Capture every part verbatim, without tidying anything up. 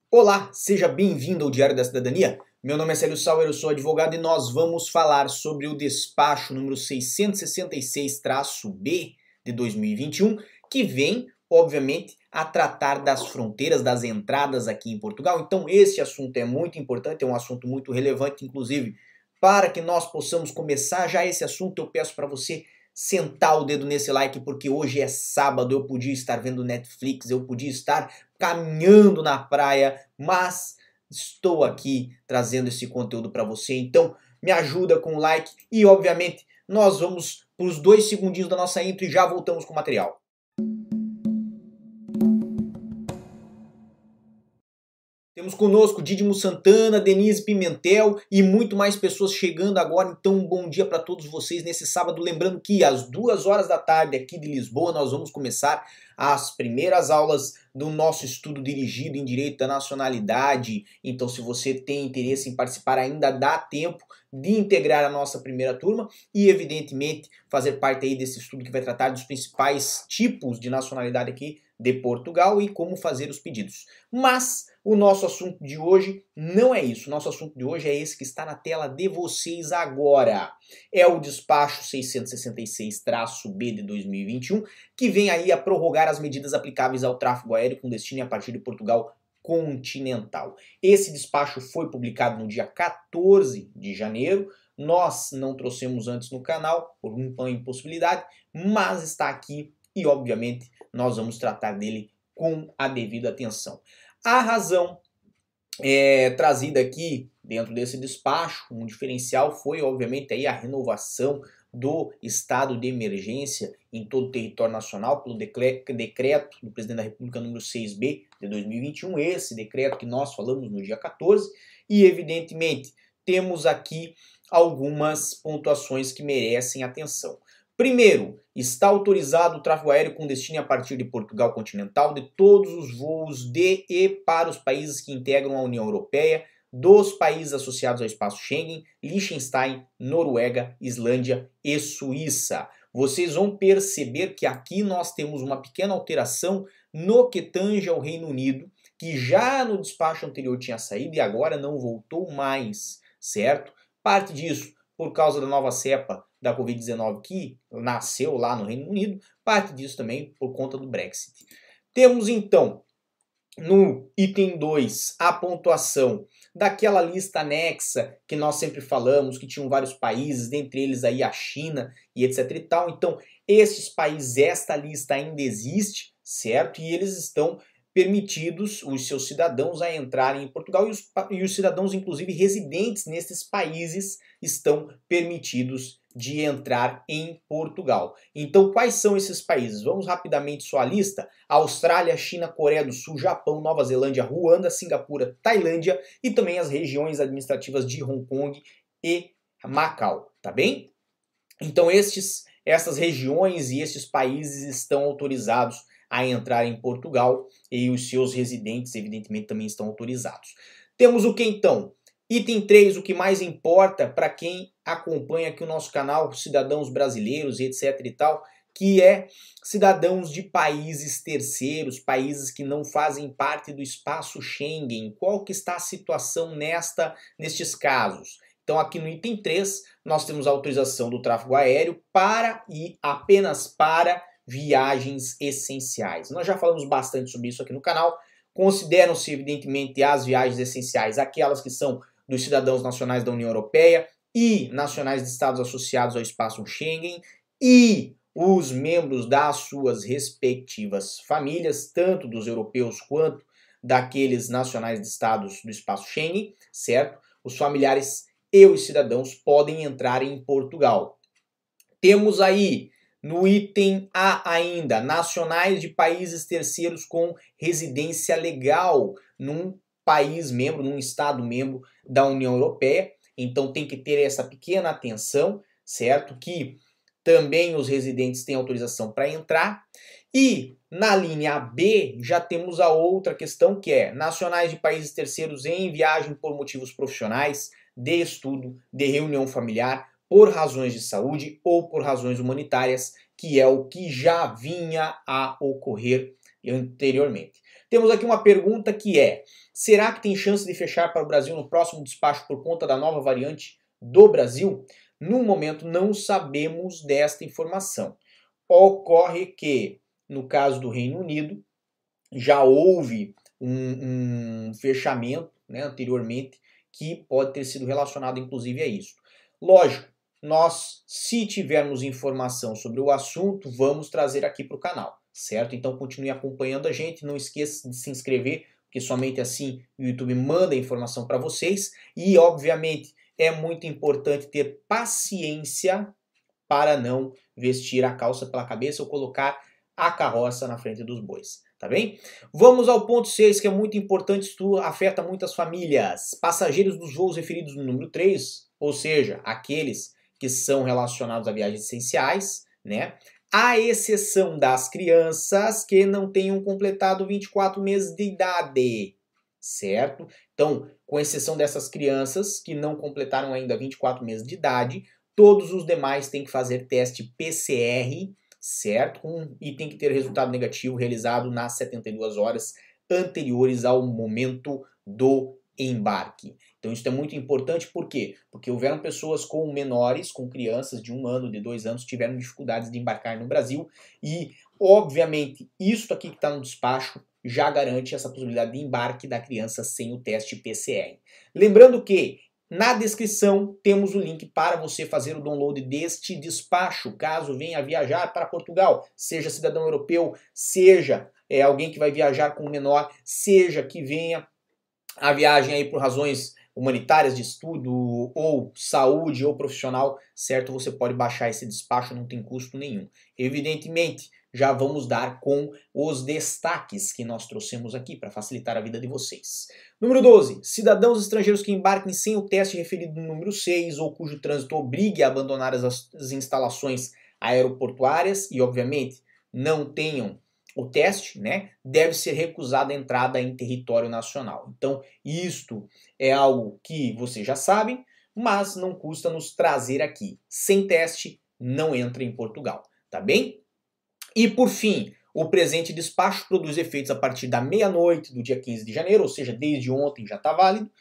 Olá, seja bem-vindo ao Diário da Cidadania. Meu nome é Célio Sauer, eu sou advogado e nós vamos falar sobre o despacho número seiscentos e sessenta e seis B de dois mil e vinte e um, que vem, obviamente, a tratar das fronteiras, das entradas aqui em Portugal. Então esse assunto é muito importante, é um assunto muito relevante, inclusive, para que nós possamos começar já esse assunto, eu peço para você sentar o dedo nesse like, porque hoje é sábado, eu podia estar vendo Netflix, eu podia estar caminhando na praia, mas estou aqui trazendo esse conteúdo para você, então me ajuda com o like e, obviamente, nós vamos para os dois segundinhos da nossa intro e já voltamos com o material. Temos conosco Dídimo Santana, Denise Pimentel e muito mais pessoas chegando agora, então um bom dia para todos vocês nesse sábado, lembrando que às duas horas da tarde aqui de Lisboa nós vamos começar as primeiras aulas do nosso estudo dirigido em Direito da Nacionalidade, então se você tem interesse em participar ainda dá tempo de integrar a nossa primeira turma e evidentemente fazer parte aí desse estudo que vai tratar dos principais tipos de nacionalidade aqui de Portugal e como fazer os pedidos. Mas o nosso assunto de hoje não é isso. O nosso assunto de hoje é esse que está na tela de vocês agora. É o despacho seiscentos e sessenta e seis B de dois mil e vinte e um, que vem aí a prorrogar as medidas aplicáveis ao tráfego aéreo com destino a partir de Portugal continental. Esse despacho foi publicado no dia quatorze de janeiro. Nós não trouxemos antes no canal por uma impossibilidade, mas está aqui e obviamente nós vamos tratar dele com a devida atenção. A razão é, trazida aqui dentro desse despacho, um diferencial foi obviamente aí a renovação do estado de emergência em todo o território nacional pelo decreto do Presidente da República número seis B de dois mil e vinte e um, esse decreto que nós falamos no dia quatorze, e evidentemente temos aqui algumas pontuações que merecem atenção. Primeiro, está autorizado o tráfego aéreo com destino a partir de Portugal continental de todos os voos de e para os países que integram a União Europeia, dos países associados ao espaço Schengen, Liechtenstein, Noruega, Islândia e Suíça. Vocês vão perceber que aqui nós temos uma pequena alteração no que tange ao Reino Unido, que já no despacho anterior tinha saído e agora não voltou mais, certo? Parte disso por causa da nova cepa da covid dezenove que nasceu lá no Reino Unido, parte disso também por conta do Brexit. Temos então no item dois a pontuação daquela lista anexa que nós sempre falamos, que tinham vários países, dentre eles aí a China e etc e tal. Então esses países, esta lista ainda existe, certo? E eles estão permitidos, os seus cidadãos, a entrarem em Portugal e os, e os cidadãos, inclusive residentes nesses países, estão permitidos de entrar em Portugal. Então, quais são esses países? Vamos rapidamente só a lista. Austrália, China, Coreia do Sul, Japão, Nova Zelândia, Ruanda, Singapura, Tailândia e também as regiões administrativas de Hong Kong e Macau, tá bem? Então, estes, essas regiões e estes países estão autorizados a entrar em Portugal e os seus residentes, evidentemente, também estão autorizados. Temos o que então? Item três, o que mais importa para quem acompanha aqui o nosso canal, cidadãos brasileiros e etc e tal, que é cidadãos de países terceiros, países que não fazem parte do espaço Schengen. Qual que está a situação nesta, nestes casos? Então aqui no item três, nós temos a autorização do tráfego aéreo para e apenas para viagens essenciais. Nós já falamos bastante sobre isso aqui no canal. Consideram-se, evidentemente, as viagens essenciais aquelas que são dos cidadãos nacionais da União Europeia e nacionais de estados associados ao espaço Schengen e os membros das suas respectivas famílias, tanto dos europeus quanto daqueles nacionais de estados do espaço Schengen, certo? Os familiares e os cidadãos podem entrar em Portugal. Temos aí no item A ainda, nacionais de países terceiros com residência legal num país membro, num estado membro da União Europeia. Então tem que ter essa pequena atenção, certo? Que também os residentes têm autorização para entrar. E na linha B já temos a outra questão que é nacionais de países terceiros em viagem por motivos profissionais, de estudo, de reunião familiar, por razões de saúde ou por razões humanitárias, que é o que já vinha a ocorrer anteriormente. Temos aqui uma pergunta que é: será que tem chance de fechar para o Brasil no próximo despacho por conta da nova variante do Brasil? No momento não sabemos desta informação. Ocorre que, no caso do Reino Unido, já houve um, um fechamento, né, anteriormente, que pode ter sido relacionado inclusive a isso. Lógico, nós, se tivermos informação sobre o assunto, vamos trazer aqui para o canal, certo? Então continue acompanhando a gente, não esqueça de se inscrever, porque somente assim o YouTube manda a informação para vocês. E, obviamente, é muito importante ter paciência para não vestir a calça pela cabeça ou colocar a carroça na frente dos bois, tá bem? Vamos ao ponto seis, que é muito importante, isso afeta muitas famílias. Passageiros dos voos referidos no número três, ou seja, aqueles que são relacionados a viagens essenciais, né? À exceção das crianças que não tenham completado vinte e quatro meses de idade, certo? Então, com exceção dessas crianças que não completaram ainda vinte e quatro meses de idade, todos os demais têm que fazer teste P C R, certo? Um, e tem que ter resultado negativo realizado nas setenta e duas horas anteriores ao momento do embarque. Então isso é muito importante, por quê? Porque houveram pessoas com menores, com crianças de um ano, de dois anos, tiveram dificuldades de embarcar no Brasil e, obviamente, isso aqui que está no despacho já garante essa possibilidade de embarque da criança sem o teste P C R. Lembrando que na descrição temos o link para você fazer o download deste despacho, caso venha viajar para Portugal, seja cidadão europeu, seja é, alguém que vai viajar com menor, seja que venha a viagem aí por razões humanitárias de estudo ou saúde ou profissional, certo? Você pode baixar esse despacho, não tem custo nenhum. Evidentemente, já vamos dar com os destaques que nós trouxemos aqui para facilitar a vida de vocês. Número doze. Cidadãos estrangeiros que embarquem sem o teste referido no número seis ou cujo trânsito obrigue a abandonar as, as instalações aeroportuárias e, obviamente, não tenham o teste, né, deve ser recusada a entrada em território nacional. Então, isto é algo que vocês já sabem, mas não custa nos trazer aqui. Sem teste, não entra em Portugal, tá bem? E, por fim, o presente despacho produz efeitos a partir da meia-noite do dia quinze de janeiro, ou seja, desde ontem já está válido,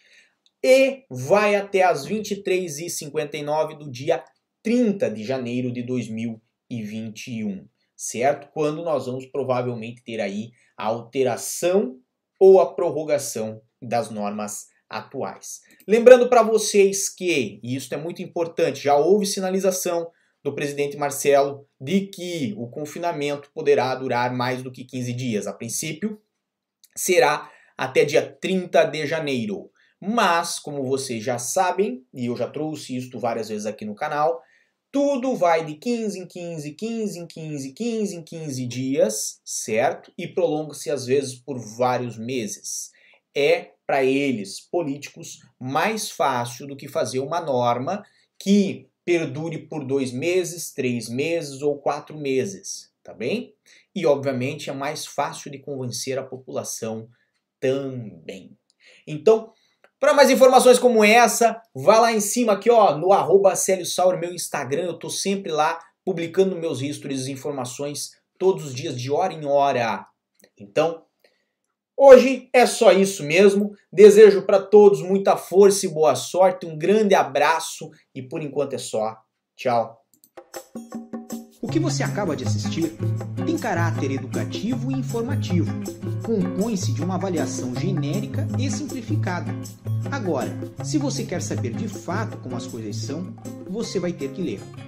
e vai até as vinte e três e cinquenta e nove do dia trinta de janeiro de dois mil e vinte e um. Certo? Quando nós vamos provavelmente ter aí a alteração ou a prorrogação das normas atuais. Lembrando para vocês que, e isso é muito importante, já houve sinalização do presidente Marcelo de que o confinamento poderá durar mais do que quinze dias. A princípio, será até dia trinta de janeiro. Mas, como vocês já sabem, e eu já trouxe isso várias vezes aqui no canal, tudo vai de quinze em quinze, quinze em quinze, quinze em quinze dias, certo? E prolonga-se às vezes por vários meses. É, para eles, políticos, mais fácil do que fazer uma norma que perdure por dois meses, três meses ou quatro meses, tá bem? E, obviamente, é mais fácil de convencer a população também. Então, para mais informações como essa, vá lá em cima aqui, ó, no arroba Célio Sauer, meu Instagram. Eu tô sempre lá publicando meus stories e informações todos os dias, de hora em hora. Então, hoje é só isso mesmo. Desejo para todos muita força e boa sorte. Um grande abraço e por enquanto é só. Tchau. O que você acaba de assistir tem caráter educativo e informativo. Compõe-se de uma avaliação genérica e simplificada. Agora, se você quer saber de fato como as coisas são, você vai ter que ler.